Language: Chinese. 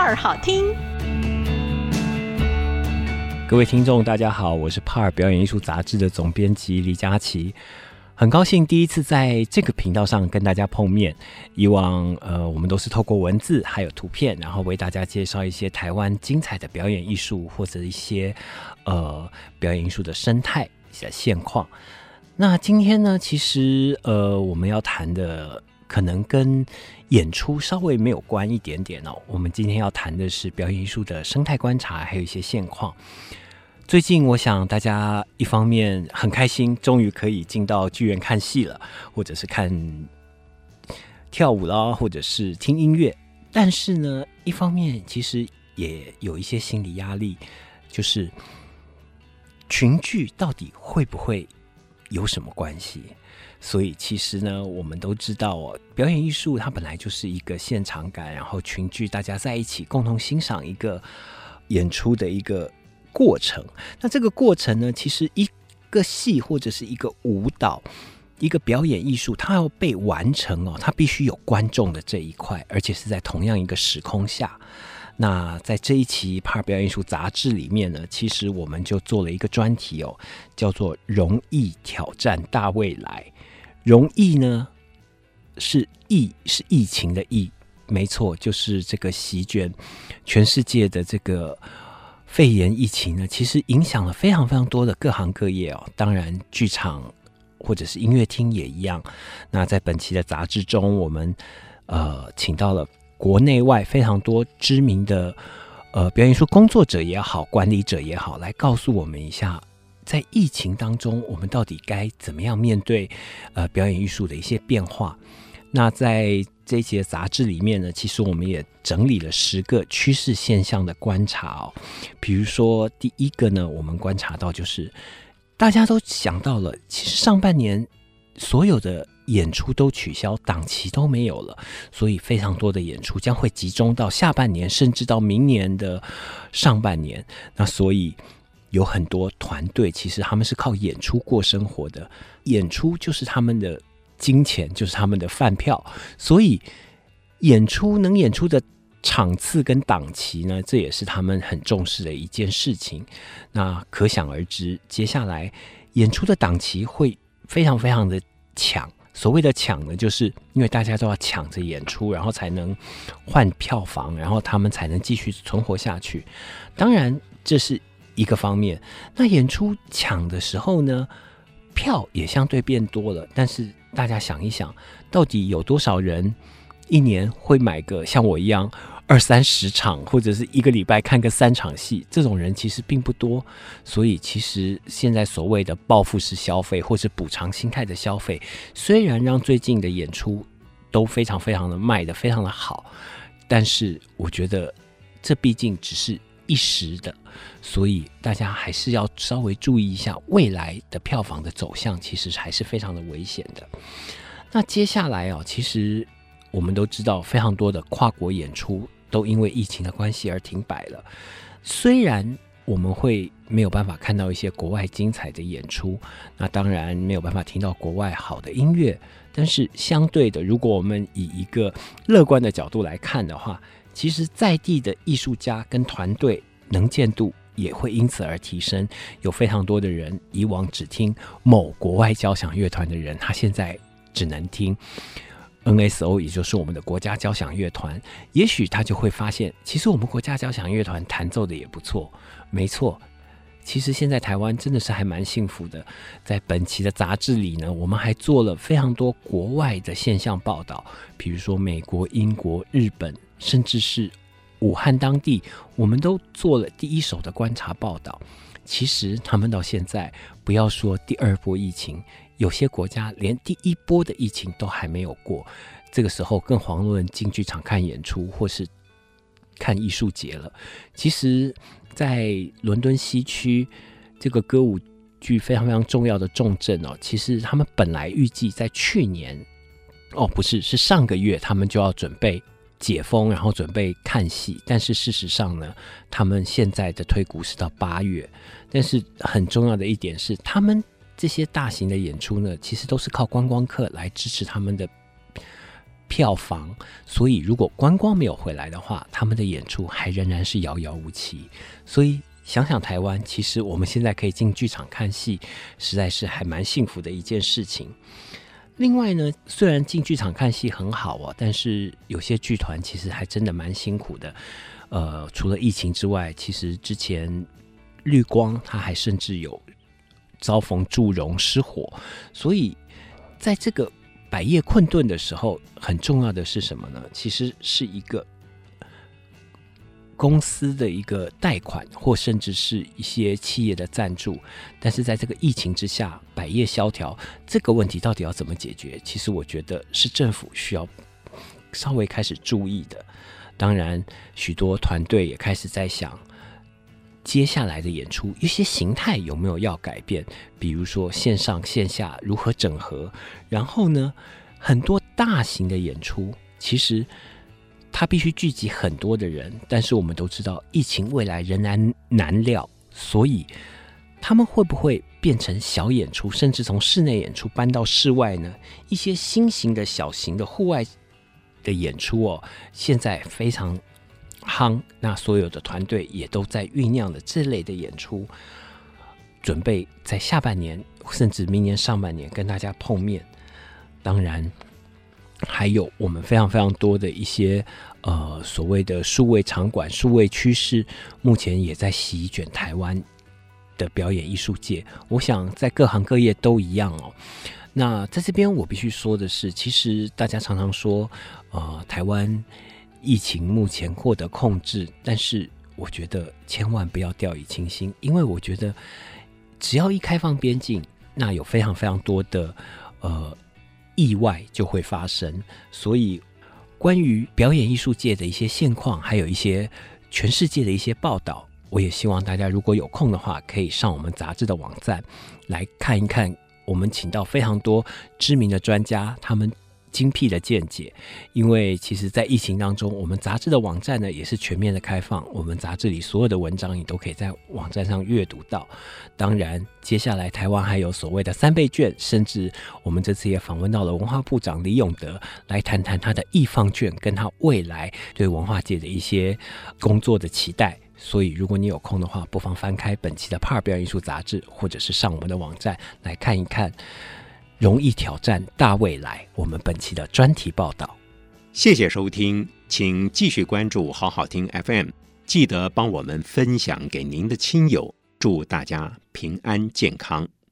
儿好听。 各位听众大家好，我是帕尔表演艺术杂志的总编辑李佳琪，很高兴第一次在这个频道上跟大家碰面。以往我们都是透过文字还有图片，然后为大家介绍一些台湾精彩的表演艺术或者一些表演艺术的生态的现况。那今天呢，其实我们要谈的可能跟演出稍微没有关一点点哦。我们今天要谈的是表演艺术的生态观察，还有一些现况。最近我想大家一方面很开心，终于可以进到剧院看戏了，或者是看跳舞啦，或者是听音乐。但是呢，一方面其实也有一些心理压力，就是群聚到底会不会有什么关系？所以其实呢，我们都知道哦，表演艺术它本来就是一个现场感，然后群聚大家在一起共同欣赏一个演出的一个过程。那这个过程呢，其实一个戏或者是一个舞蹈，一个表演艺术，它要被完成哦，它必须有观众的这一块，而且是在同样一个时空下。那在这一期帕尔表演艺术杂志里面呢，其实我们就做了一个专题哦，叫做容艺挑战大未来。容艺呢是疫情的疫，没错，就是这个席卷全世界的这个肺炎疫情呢，其实影响了非常非常多的各行各业哦。当然剧场或者是音乐厅也一样。那在本期的杂志中，我们请到了国内外非常多知名的表演艺术工作者也好，管理者也好，来告诉我们一下，在疫情当中我们到底该怎么样面对表演艺术的一些变化。那在这一期的杂志里面呢，其实我们也整理了10个趋势现象的观察哦。比如说第一个呢，我们观察到就是大家都想到了，其实上半年所有的演出都取消，档期都没有了，所以非常多的演出将会集中到下半年，甚至到明年的上半年。那所以有很多团队其实他们是靠演出过生活的，演出就是他们的金钱，就是他们的饭票，所以能演出的场次跟档期呢，这也是他们很重视的一件事情。那可想而知，接下来演出的档期会非常非常的抢。所谓的抢呢，就是因为大家都要抢着演出，然后才能换票房，然后他们才能继续存活下去。当然这是一个方面。那演出抢的时候呢，票也相对变多了，但是大家想一想，到底有多少人一年会买个像我一样20-30场，或者是一个礼拜看个3场戏？这种人其实并不多。所以其实现在所谓的报复式消费或是补偿心态的消费，虽然让最近的演出都非常非常的卖得非常的好，但是我觉得这毕竟只是一时的，所以大家还是要稍微注意一下未来的票房的走向，其实还是非常的危险的。那接下来其实我们都知道非常多的跨国演出都因为疫情的关系而停摆了。虽然我们会没有办法看到一些国外精彩的演出，那当然没有办法听到国外好的音乐，但是相对的，如果我们以一个乐观的角度来看的话，其实在地的艺术家跟团队能见度也会因此而提升。有非常多的人以往只听某国外交响乐团的人，他现在只能听NSO， 也就是我们的国家交响乐团。也许他就会发现，其实我们国家交响乐团弹奏的也不错。没错，其实现在台湾真的是还蛮幸福的。在本期的杂志里呢，我们还做了非常多国外的现象报道，比如说美国、英国、日本，甚至是武汉当地，我们都做了第一手的观察报道。其实他们到现在，不要说第2波疫情，有些国家连第1波的疫情都还没有过，这个时候更遑论进剧场看演出或是看艺术节了。其实在伦敦西区这个歌舞剧非常非常重要的重镇其实他们本来预计在去年不是，是上个月他们就要准备解封，然后准备看戏，但是事实上呢，他们现在的推估是到8月。但是很重要的一点是，他们这些大型的演出呢，其实都是靠观光客来支持他们的票房，所以如果观光没有回来的话，他们的演出还仍然是遥遥无期。所以想想台湾，其实我们现在可以进剧场看戏，实在是还蛮幸福的一件事情。另外呢，虽然进剧场看戏很好哦，但是有些剧团其实还真的蛮辛苦的。除了疫情之外，其实之前绿光它还甚至有遭逢祝融失火，所以在这个百业困顿的时候，很重要的是什么呢？其实是一个公司的一个贷款，或甚至是一些企业的赞助。但是在这个疫情之下，百业萧条，这个问题到底要怎么解决？其实我觉得是政府需要稍微开始注意的。当然，许多团队也开始在想，接下来的演出一些形态有没有要改变，比如说线上线下如何整合。然后呢，很多大型的演出其实它必须聚集很多的人，但是我们都知道疫情未来仍然难料，所以他们会不会变成小演出，甚至从室内演出搬到室外呢？一些新型的小型的户外的演出哦，现在非常夯，那所有的团队也都在酝酿的这类的演出，准备在下半年甚至明年上半年跟大家碰面。当然还有我们非常非常多的一些所谓的数位场馆、数位趋势，目前也在席卷台湾的表演艺术界。我想在各行各业都一样哦。那在这边我必须说的是，其实大家常常说台湾疫情目前获得控制，但是我觉得千万不要掉以轻心，因为我觉得只要一开放边境，那有非常非常多的意外就会发生。所以关于表演艺术界的一些现况，还有一些全世界的一些报道，我也希望大家如果有空的话，可以上我们杂志的网站来看一看。我们请到非常多知名的专家，他们精辟的见解。因为其实在疫情当中，我们杂志的网站呢也是全面的开放，我们杂志里所有的文章你都可以在网站上阅读到。当然接下来台湾还有所谓的3倍券，甚至我们这次也访问到了文化部长李永德，来谈谈他的艺放券跟他未来对文化界的一些工作的期待。所以如果你有空的话，不妨翻开本期的 PAR 表演艺术杂志，或者是上我们的网站来看一看容易挑战大未来我们本期的专题报道。 谢谢收听，请继续关注好好听 FM， 记得帮我们分享给您的亲友，祝大家平安健康。